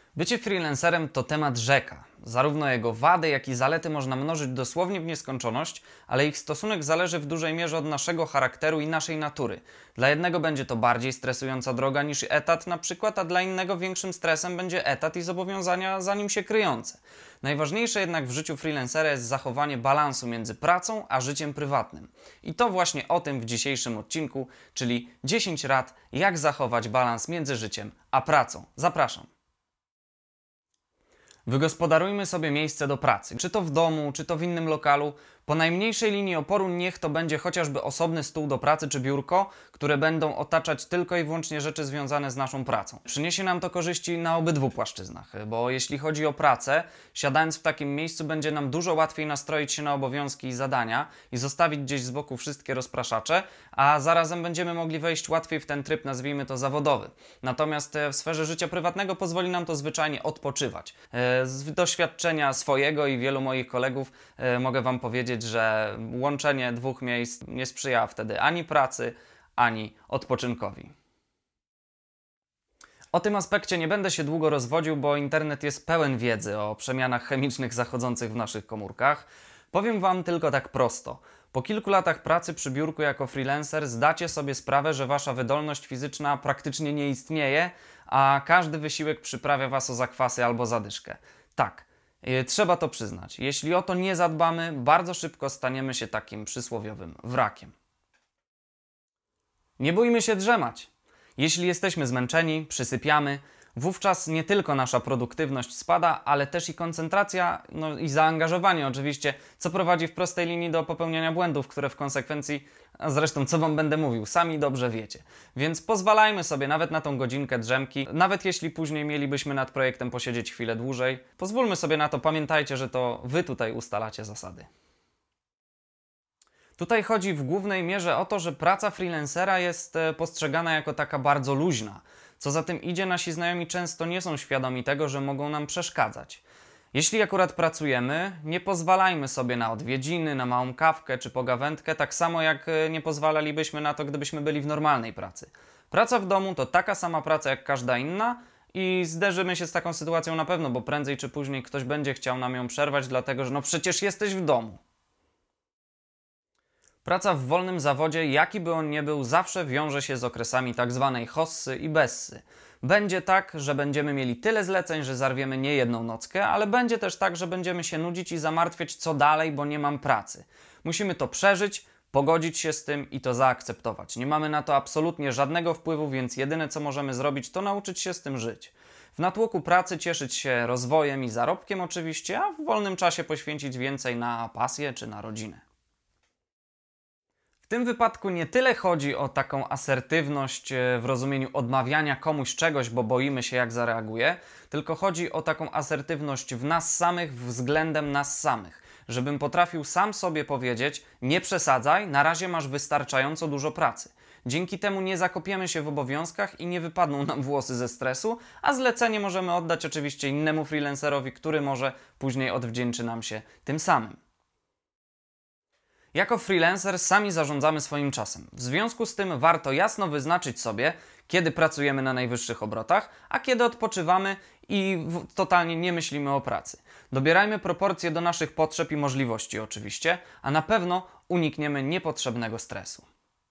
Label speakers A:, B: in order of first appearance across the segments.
A: Bycie freelancerem to temat rzeka. Zarówno jego wady, jak i zalety można mnożyć dosłownie w nieskończoność, ale ich stosunek zależy w dużej mierze od naszego charakteru i naszej natury. Dla jednego będzie to bardziej stresująca droga niż etat na przykład, a dla innego większym stresem będzie etat i zobowiązania za nim się kryjące. Najważniejsze jednak w życiu freelancera jest zachowanie balansu między pracą a życiem prywatnym. I to właśnie o tym w dzisiejszym odcinku, czyli 10 rad, jak zachować balans między życiem a pracą. Zapraszam. Wygospodarujmy sobie miejsce do pracy, czy to w domu, czy to w innym lokalu. Po najmniejszej linii oporu niech to będzie chociażby osobny stół do pracy czy biurko, które będą otaczać tylko i wyłącznie rzeczy związane z naszą pracą. Przyniesie nam to korzyści na obydwu płaszczyznach, bo jeśli chodzi o pracę, siadając w takim miejscu będzie nam dużo łatwiej nastroić się na obowiązki i zadania i zostawić gdzieś z boku wszystkie rozpraszacze, a zarazem będziemy mogli wejść łatwiej w ten tryb, nazwijmy to zawodowy. Natomiast w sferze życia prywatnego pozwoli nam to zwyczajnie odpoczywać. Z doświadczenia swojego i wielu moich kolegów mogę Wam powiedzieć, że łączenie dwóch miejsc nie sprzyja wtedy ani pracy, ani odpoczynkowi. O tym aspekcie nie będę się długo rozwodził, bo internet jest pełen wiedzy o przemianach chemicznych zachodzących w naszych komórkach. Powiem Wam tylko tak prosto. Po kilku latach pracy przy biurku jako freelancer zdacie sobie sprawę, że Wasza wydolność fizyczna praktycznie nie istnieje, a każdy wysiłek przyprawia Was o zakwasy albo zadyszkę. Tak, trzeba to przyznać. Jeśli o to nie zadbamy, bardzo szybko staniemy się takim przysłowiowym wrakiem. Nie bójmy się drzemać. Jeśli jesteśmy zmęczeni, przysypiamy, wówczas nie tylko nasza produktywność spada, ale też i koncentracja, i zaangażowanie oczywiście, co prowadzi w prostej linii do popełniania błędów, które w konsekwencji, a zresztą co Wam będę mówił, sami dobrze wiecie. Więc pozwalajmy sobie nawet na tą godzinkę drzemki, nawet jeśli później mielibyśmy nad projektem posiedzieć chwilę dłużej. Pozwólmy sobie na to, pamiętajcie, że to Wy tutaj ustalacie zasady. Tutaj chodzi w głównej mierze o to, że praca freelancera jest postrzegana jako taka bardzo luźna. Co za tym idzie, nasi znajomi często nie są świadomi tego, że mogą nam przeszkadzać. Jeśli akurat pracujemy, nie pozwalajmy sobie na odwiedziny, na małą kawkę czy pogawędkę, tak samo jak nie pozwalalibyśmy na to, gdybyśmy byli w normalnej pracy. Praca w domu to taka sama praca jak każda inna i zderzymy się z taką sytuacją na pewno, bo prędzej czy później ktoś będzie chciał nam ją przerwać, dlatego że przecież jesteś w domu. Praca w wolnym zawodzie, jaki by on nie był, zawsze wiąże się z okresami tak zwanej hossy i bessy. Będzie tak, że będziemy mieli tyle zleceń, że zarwiemy nie jedną nockę, ale będzie też tak, że będziemy się nudzić i zamartwiać co dalej, bo nie mam pracy. Musimy to przeżyć, pogodzić się z tym i to zaakceptować. Nie mamy na to absolutnie żadnego wpływu, więc jedyne co możemy zrobić, to nauczyć się z tym żyć. W natłoku pracy cieszyć się rozwojem i zarobkiem oczywiście, a w wolnym czasie poświęcić więcej na pasję czy na rodzinę. W tym wypadku nie tyle chodzi o taką asertywność w rozumieniu odmawiania komuś czegoś, bo boimy się jak zareaguje, tylko chodzi o taką asertywność w nas samych względem nas samych. Żebym potrafił sam sobie powiedzieć, nie przesadzaj, na razie masz wystarczająco dużo pracy. Dzięki temu nie zakopiemy się w obowiązkach i nie wypadną nam włosy ze stresu, a zlecenie możemy oddać oczywiście innemu freelancerowi, który może później odwdzięczy nam się tym samym. Jako freelancer sami zarządzamy swoim czasem. W związku z tym warto jasno wyznaczyć sobie, kiedy pracujemy na najwyższych obrotach, a kiedy odpoczywamy i totalnie nie myślimy o pracy. Dobierajmy proporcje do naszych potrzeb i możliwości oczywiście, a na pewno unikniemy niepotrzebnego stresu.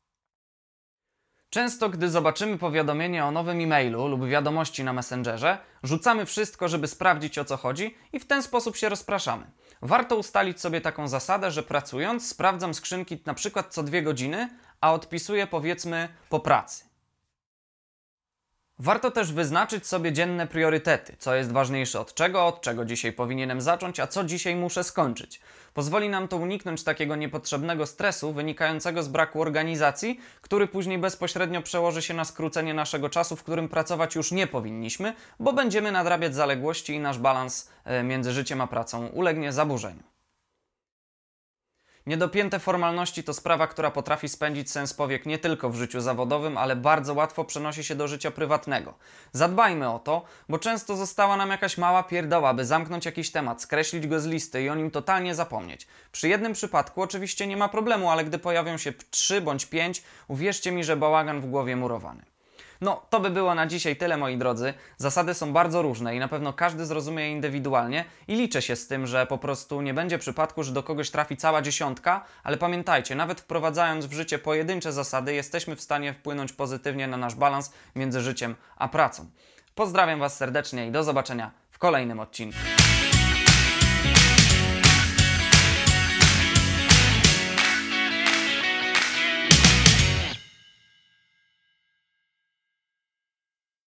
A: Często, gdy zobaczymy powiadomienie o nowym e-mailu lub wiadomości na Messengerze, rzucamy wszystko, żeby sprawdzić o co chodzi i w ten sposób się rozpraszamy. Warto ustalić sobie taką zasadę, że pracując sprawdzam skrzynki na przykład co 2 godziny, a odpisuję powiedzmy po pracy. Warto też wyznaczyć sobie dzienne priorytety, co jest ważniejsze od czego dzisiaj powinienem zacząć, a co dzisiaj muszę skończyć. Pozwoli nam to uniknąć takiego niepotrzebnego stresu wynikającego z braku organizacji, który później bezpośrednio przełoży się na skrócenie naszego czasu, w którym pracować już nie powinniśmy, bo będziemy nadrabiać zaległości i nasz balans między życiem a pracą ulegnie zaburzeniu. Niedopięte formalności to sprawa, która potrafi spędzić sens powiek nie tylko w życiu zawodowym, ale bardzo łatwo przenosi się do życia prywatnego. Zadbajmy o to, bo często została nam jakaś mała pierdoła, by zamknąć jakiś temat, skreślić go z listy i o nim totalnie zapomnieć. Przy jednym przypadku oczywiście nie ma problemu, ale gdy pojawią się 3 bądź 5, uwierzcie mi, że bałagan w głowie murowany. No, to by było na dzisiaj tyle, moi drodzy. Zasady są bardzo różne i na pewno każdy zrozumie je indywidualnie i liczę się z tym, że po prostu nie będzie przypadku, że do kogoś trafi cała dziesiątka, ale pamiętajcie, nawet wprowadzając w życie pojedyncze zasady, jesteśmy w stanie wpłynąć pozytywnie na nasz balans między życiem a pracą. Pozdrawiam Was serdecznie i do zobaczenia w kolejnym odcinku.